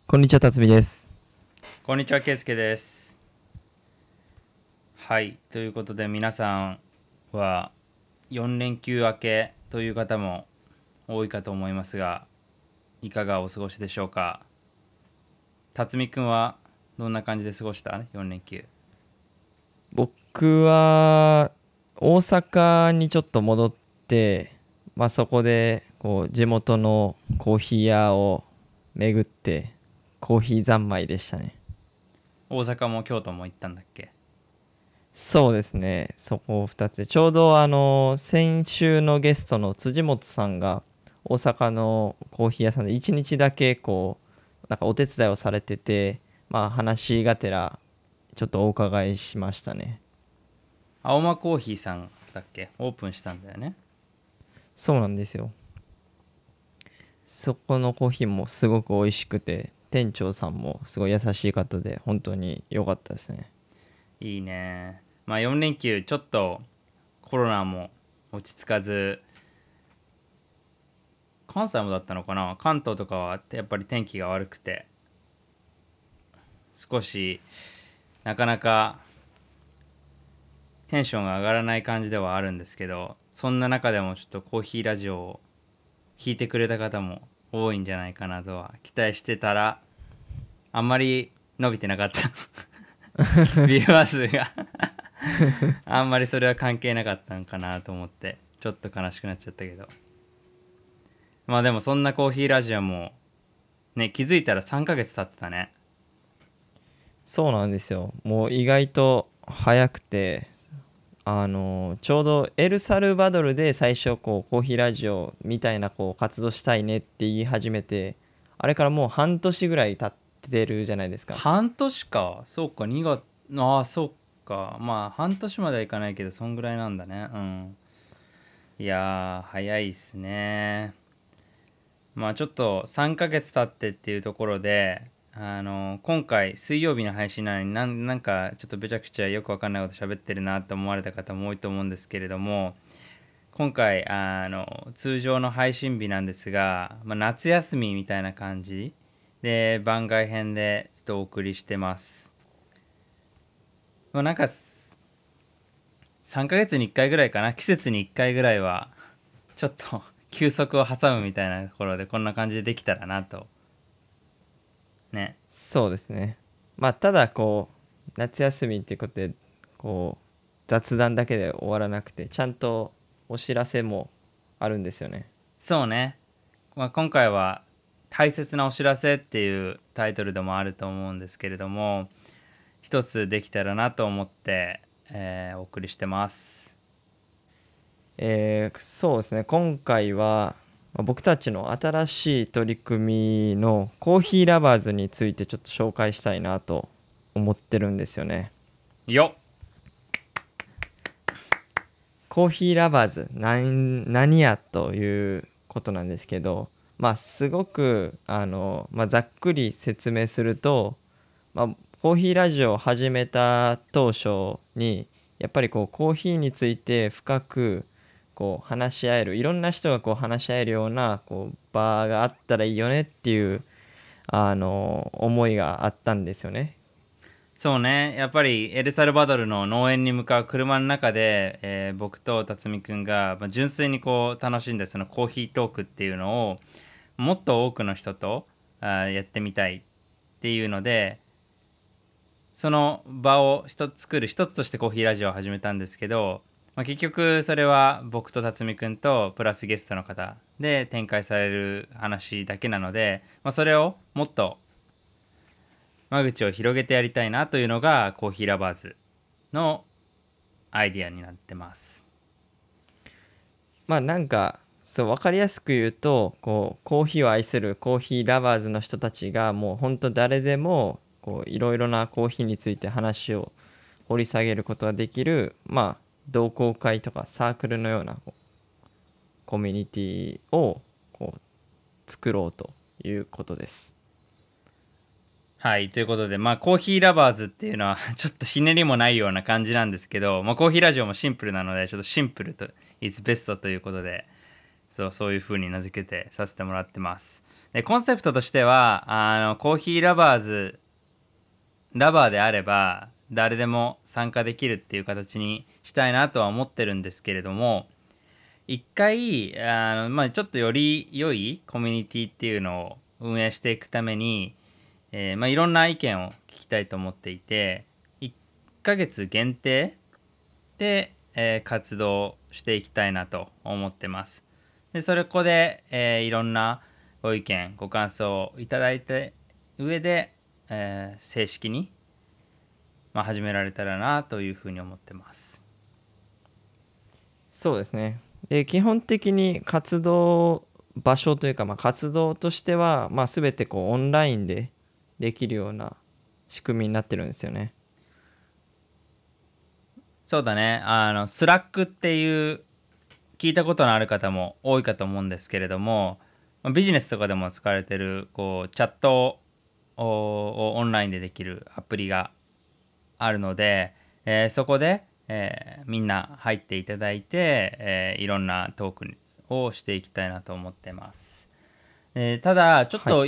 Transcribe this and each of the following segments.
こんにちは、辰巳です。 こんにちは、ケイスケです。はい、ということで皆さんは4連休明けという方も多いかと思いますが、いかがお過ごしでしょうか。辰巳くんはどんな感じで過ごした ?4 連休。 僕は大阪にちょっと戻って、そこで地元のコーヒー屋を巡ってコーヒー三昧でしたね。 大阪も京都も行ったんだっけ？ そうですね。そこ2つで、ちょうど先週のゲストの辻本さんが大阪のコーヒー屋さんで1日だけなんかお手伝いをされてて、話がてらちょっとお伺いしましたね。 青間コーヒーさんだっけ？オープンしたんだよね。 そうなんですよ。そこのコーヒーもすごく美味しくて、店長さんもすごい優しい方で、本当に良かったですね。 いいね。4連休ちょっとコロナも落ち着かず、関西もだったのかな、関東とかはやっぱり天気が悪くて少しなかなかテンションが上がらない感じではあるんですけど、そんな中でもちょっとコーヒーラジオを聞いてくれた方も多いんじゃないかなとは期待してたら、あんまり伸びてなかったビューアー数があんまりそれは関係なかったんかなと思ってちょっと悲しくなっちゃったけど、でもそんなコーヒーラジオもね、気づいたら3ヶ月経ってたね。 そうなんですよ。もう意外と早くて、ちょうどエルサルバドルで最初コーヒーラジオみたいな活動したいねって言い始めて、あれからもう半年ぐらい経ってるじゃないですか。 半年か。そうか、2月。ああ、そうか。半年まではいかないけどそんぐらいなんだね。うん。いやー、早いっすね。ちょっと3ヶ月経ってっていうところで、今回水曜日の配信なのになんかちょっとべちゃくちゃよくわかんないこと喋ってるなって思われた方も多いと思うんですけれども、今回通常の配信日なんですが、夏休みみたいな感じで番外編でちょっとお送りしてます。なんか3ヶ月に1回ぐらいかな、季節に1回ぐらいはちょっと休息を挟むみたいなところでこんな感じでできたらなとね。 そうですね。ただ夏休みっていうことで、こう、雑談だけで終わらなくて、ちゃんとお知らせもあるんですよね。 そうね。今回は大切なお知らせっていうタイトルでもあると思うんですけれども、一つできたらなと思って、お送りしてます。 そうですね。今回は、僕たちの新しい取り組みのコーヒーラバーズについてちょっと紹介したいなと思ってるんですよね。 よっ。 コーヒーラバーズ、何やということなんですけど、すごく、ざっくり説明すると、コーヒーラジオを始めた当初に、やっぱりコーヒーについて深く話し合える、いろんな人が話し合えるような場があったらいいよねっていう思いがあったんですよね。 そうね。やっぱりエルサルバドルの農園に向かう車の中で、僕と辰巳くんが、純粋に楽しんでそのコーヒートークっていうのをもっと多くの人とやってみたいっていうので、その場を作る一つとしてコーヒーラジオを始めたんですけど、結局それは僕と辰巳くんとプラスゲストの方で展開される話だけなので、それをもっと間口を広げてやりたいなというのがコーヒーラバーズのアイディアになってます。 なんかそう分かりやすく言うとコーヒーを愛するコーヒーラバーズの人たちがもう本当誰でもいろいろなコーヒーについて話を掘り下げることができる同好会とかサークルのようなコミュニティを作ろうということです。 はい、ということで、コーヒーラバーズっていうのはちょっとひねりもないような感じなんですけど、コーヒーラジオもシンプルなので、ちょっとシンプルと is best ということで、そういう風に名付けてさせてもらってます。 でコンセプトとしてはコーヒーラバーであれば誰でも参加できるっていう形にしたいなとは思ってるんですけれども、一回ちょっとより良いコミュニティっていうのを運営していくために、いろんな意見を聞きたいと思っていて、1ヶ月限定で、活動していきたいなと思ってます。でそこで、いろんなご意見ご感想をいただいて上で、正式に、始められたらなというふうに思ってます。 そうですね。で、基本的に活動場所というか、活動としては、全てこうオンラインでできるような仕組みになってるんですよね。 そうだね。スラックっていう聞いたことのある方も多いかと思うんですけれども、ビジネスとかでも使われてるこうチャットをオンラインでできるアプリがあるので、そこで、みんな入っていただいて、いろんなトークをしていきたいなと思ってます。ただちょっはい。 と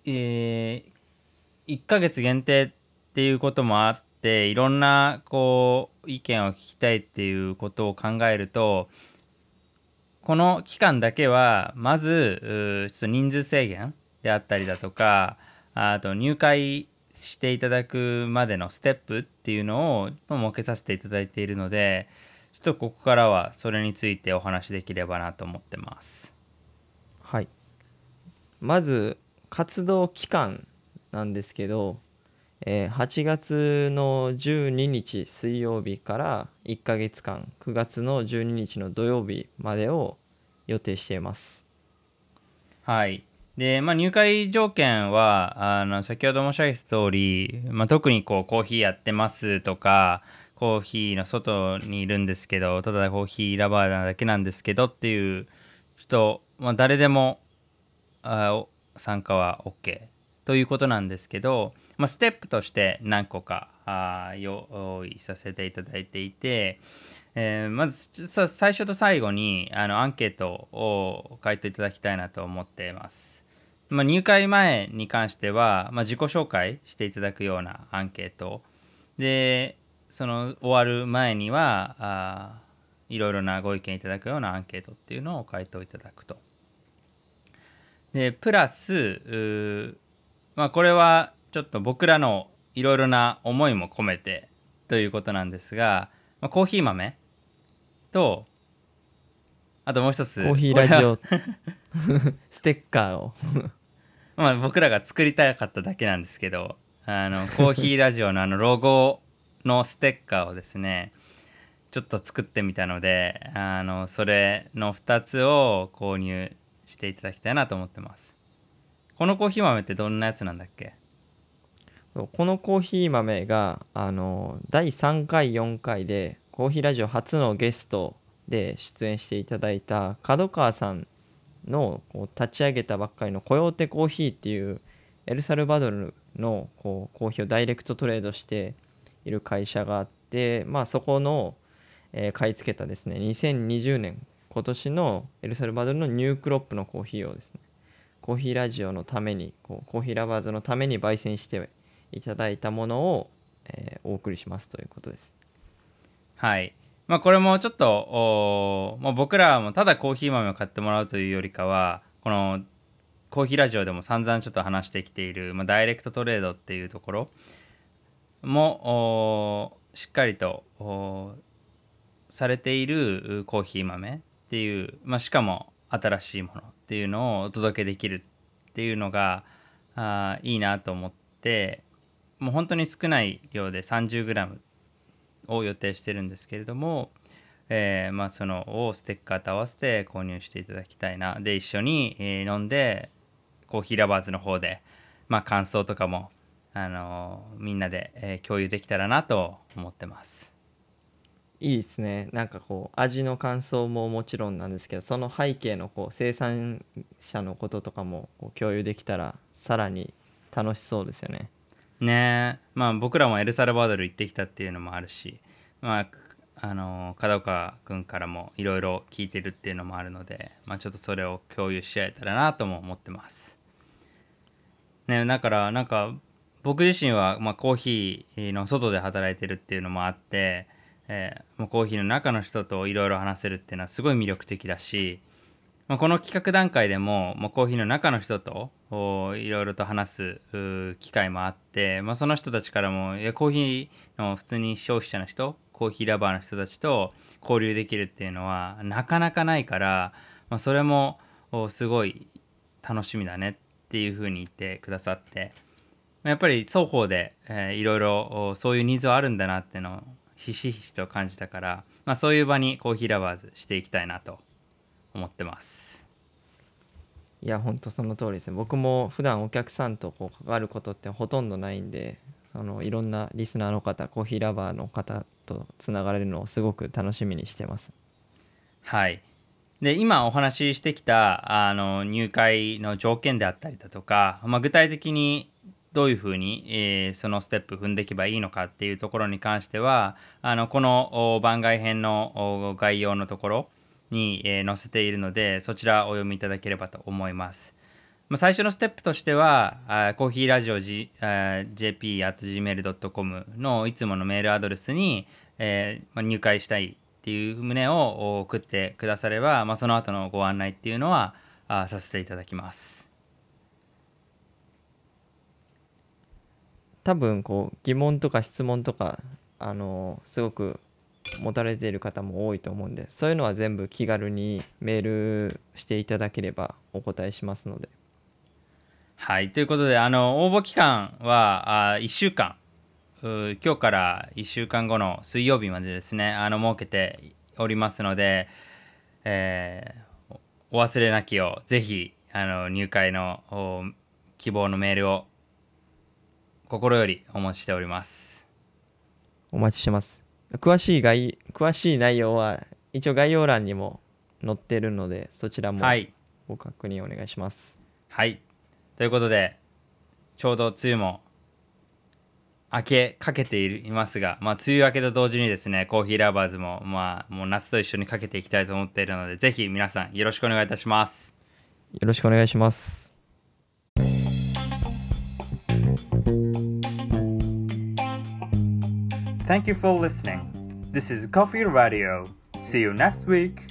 1ヶ月限定っていうこともあっていろんなこう意見を聞きたいっていうことを考えると、この期間だけはまずちょっと人数制限であったりだとか、あと入会していただくまでのステップっていうのを設けさせていただいているので、ちょっとここからはそれについてお話しできればなと思ってます。 はい。まず、活動期間なんですけど、8月の12日水曜日から1ヶ月間、9月の12日の土曜日までを予定しています。 はい。で、入会条件は、先ほど申し上げた通り、特にこう、コーヒーやってますとか、コーヒーの外にいるんですけど、ただコーヒーラバーなだけなんですけどっていう人、誰でも参加は OK ということなんですけど、ステップとして何個か用意させていただいていて、まず最初と最後にアンケートを書いていただきたいなと思っています。入会前に関しては、自己紹介していただくようなアンケートで、その終わる前にはいろいろなご意見いただくようなアンケートっていうのを回答いただくと。でプラスこれはちょっと僕らのいろいろな思いも込めてということなんですが、コーヒー豆と、あともう一コーつ、これはヒーラジオステッカーを僕らが作りたかっただけなんですけど、コーヒーラジオのロゴのステッカーをですね、ちょっと作ってみたので、それの2つを購入していただきたいなと思ってます。このコーヒー豆ってどんなやつなんだっけ？ このコーヒー豆が第3回4回でコーヒーラジオ初のゲストで出演していただいた角川さんのこう立ち上げたばっかりのコヨーテコーヒーっていうエルサルバドルのこうコーヒーをダイレクトトレードしている会社があって、そこの、買い付けたですね2020年今年のエルサルバドルのニュークロップのコーヒーをですねコーヒーラジオのためにコーヒーラバーズのために焙煎していただいたものを、お送りしますということです。 はい。これもちょっと僕らもただコーヒー豆を買ってもらうというよりかは、このコーヒーラジオでも散々ちょっと話してきている、ダイレクトトレードっていうところもしっかりとされているコーヒー豆っていう、しかも新しいものっていうのをお届けできるっていうのがいいなと思って、もう本当に少ない量で 30g を予定してるんですけれども、そのをステッカーと合わせて購入していただきたいな。で一緒に、飲んでコーヒーラバーズの方で、感想とかも、みんなで、共有できたらなと思ってます。 いいですね。なんかこう味の感想ももちろんなんですけど、その背景のこう生産者のこととかもこう共有できたらさらに楽しそうですよね。 ねえ、僕らもエルサルバドル行ってきたっていうのもあるし、門岡君からもいろいろ聞いてるっていうのもあるので、ちょっとそれを共有し合えたらなとも思ってます。 ね、だからなんか僕自身は、コーヒーの外で働いてるっていうのもあって、もうコーヒーの中の人といろいろ話せるっていうのはすごい魅力的だし、この企画段階でも、コーヒーの中の人といろいろと話す機会もあって、その人たちからもコーヒーの普通に消費者の人、コーヒーラバーの人たちと交流できるっていうのはなかなかないから、それもすごい楽しみだねっていうふうに言ってくださって、やっぱり双方で、いろいろそういうニーズはあるんだなっていうのをひしひしと感じたから、そういう場にコーヒーラバーズしていきたいなと思ってます。 いや本当その通りですね。僕も普段お客さんとこう関わることってほとんどないんで、いろんなリスナーの方、コーヒーラバーの方とつながれるのをすごく楽しみにしてます。 はい。で、今お話ししてきた入会の条件であったりだとか、具体的にどういうふうに、そのステップ踏んでいけばいいのかっていうところに関しては、この番外編の概要のところに、載せているので、そちらお読みいただければと思います。最初のステップとしては、コーヒーラジオ、jp@gmail.com のいつものメールアドレスに、入会したいっていう旨を送ってくだされば、その後のご案内っていうのはさせていただきます。 多分こう疑問とか質問とかすごく持たれている方も多いと思うんで、そういうのは全部気軽にメールしていただければお答えしますので。 はい、ということで応募期間は1週間、今日から1週間後の水曜日までですね、設けておりますので、お忘れなきをぜひ入会の希望のメールを心よりお待ちしております。 お待ちしてます。詳しい内容は一応概要欄にも載っているので、そちらもご確認お願いします。 はい、ということでちょうど梅雨も明けかけていますが、梅雨明けと同時にですね、コーヒーラバーズももう夏と一緒にかけていきたいと思っているので、ぜひ皆さんよろしくお願いいたします。 よろしくお願いします。 Thank you for listening. This is Coffee Radio. See you next week.